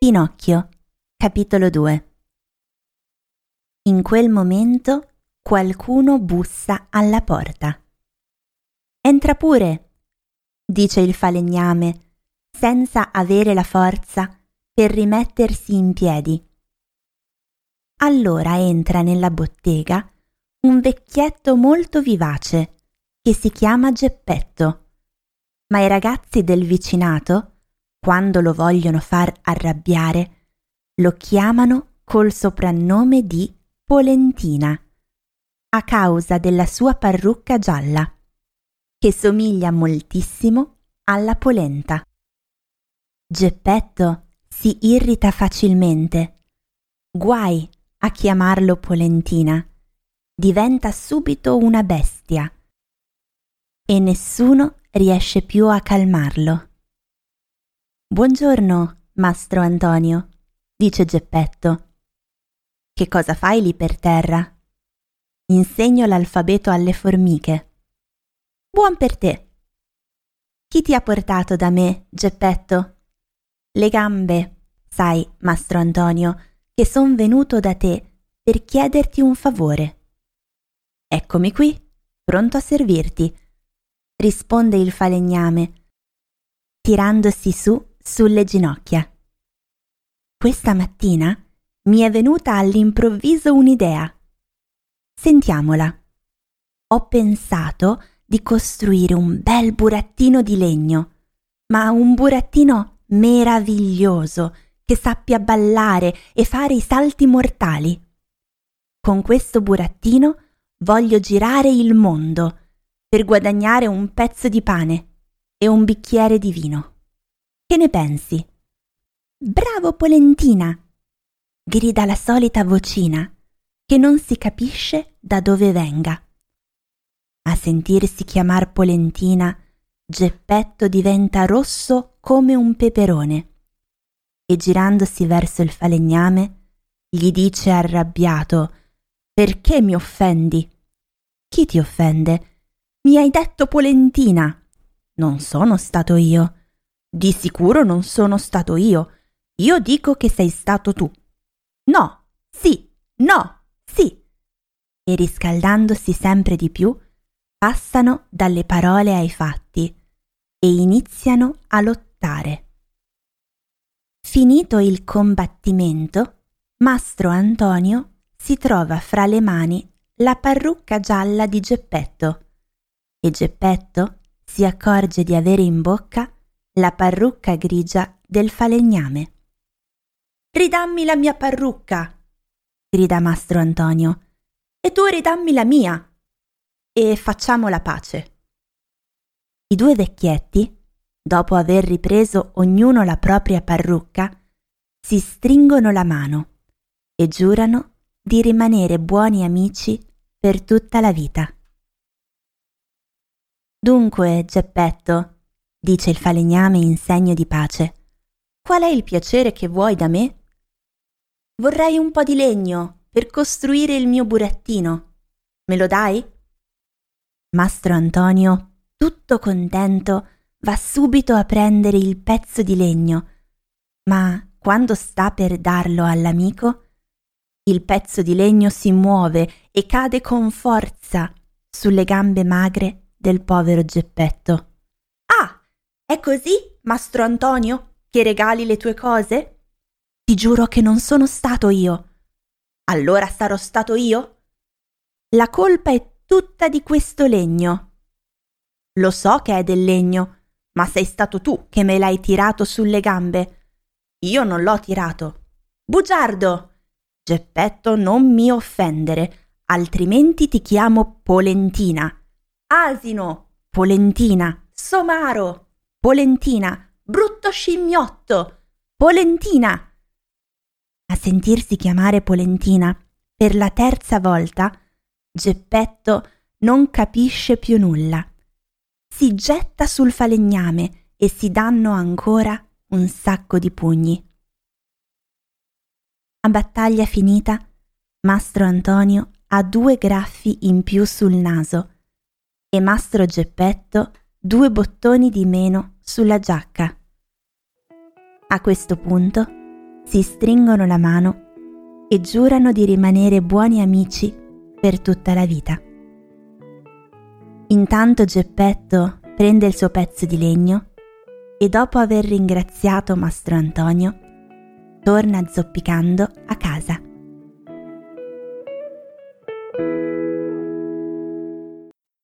Pinocchio, capitolo 2. In quel momento qualcuno bussa alla porta. «Entra pure», dice il falegname, senza avere la forza per rimettersi in piedi. Allora entra nella bottega un vecchietto molto vivace che si chiama Geppetto, ma i ragazzi del vicinato, quando lo vogliono far arrabbiare, lo chiamano col soprannome di Polentina, a causa della sua parrucca gialla, che somiglia moltissimo alla polenta. Geppetto si irrita facilmente. Guai a chiamarlo Polentina, diventa subito una bestia e nessuno riesce più a calmarlo. «Buongiorno, Mastro Antonio», dice Geppetto. «Che cosa fai lì per terra?» «Insegno l'alfabeto alle formiche». «Buon per te». «Chi ti ha portato da me, Geppetto?» «Le gambe, sai, Mastro Antonio, che son venuto da te per chiederti un favore». «Eccomi qui, pronto a servirti», risponde il falegname, tirandosi sulle ginocchia. «Questa mattina mi è venuta all'improvviso un'idea. Sentiamola. Ho pensato di costruire un bel burattino di legno, ma un burattino meraviglioso che sappia ballare e fare i salti mortali. Con questo burattino voglio girare il mondo per guadagnare un pezzo di pane e un bicchiere di vino. Che ne pensi?» «Bravo Polentina!» grida la solita vocina, che non si capisce da dove venga. A sentirsi chiamar Polentina, Geppetto diventa rosso come un peperone e girandosi verso il falegname gli dice arrabbiato: «Perché mi offendi?» «Chi ti offende?» «Mi hai detto Polentina». «Non sono stato io». «Di sicuro non sono stato io. Io dico che sei stato tu». «No, sì, no, sì». E riscaldandosi sempre di più, passano dalle parole ai fatti e iniziano a lottare. Finito il combattimento, Mastro Antonio si trova fra le mani la parrucca gialla di Geppetto e Geppetto si accorge di avere in bocca la parrucca grigia del falegname. «Ridammi la mia parrucca!» grida Mastro Antonio. «E tu ridammi la mia! E facciamo la pace!» I due vecchietti, dopo aver ripreso ognuno la propria parrucca, si stringono la mano e giurano di rimanere buoni amici per tutta la vita. «Dunque, Geppetto», dice il falegname in segno di pace, «qual è il piacere che vuoi da me?» «Vorrei un po' di legno per costruire il mio burattino. Me lo dai?» Mastro Antonio, tutto contento, va subito a prendere il pezzo di legno, ma quando sta per darlo all'amico, il pezzo di legno si muove e cade con forza sulle gambe magre del povero Geppetto. «Ah, è così, Mastro Antonio, che regali le tue cose?» «Ti giuro che non sono stato io». «Allora sarò stato io?» «La colpa è tutta di questo legno». «Lo so che è del legno, ma sei stato tu che me l'hai tirato sulle gambe. Io non l'ho tirato». «Bugiardo!» «Geppetto, non mi offendere, altrimenti ti chiamo Polentina». «Asino!» «Polentina!» «Somaro!» «Polentina!» «Brutto scimmiotto!» «Polentina!» A sentirsi chiamare Polentina per la terza volta, Geppetto non capisce più nulla. Si getta sul falegname e si danno ancora un sacco di pugni. A battaglia finita, Mastro Antonio ha 2 graffi in più sul naso e Mastro Geppetto 2 bottoni di meno sulla giacca. A questo punto si stringono la mano e giurano di rimanere buoni amici per tutta la vita. Intanto Geppetto prende il suo pezzo di legno e dopo aver ringraziato Mastro Antonio, torna zoppicando a casa.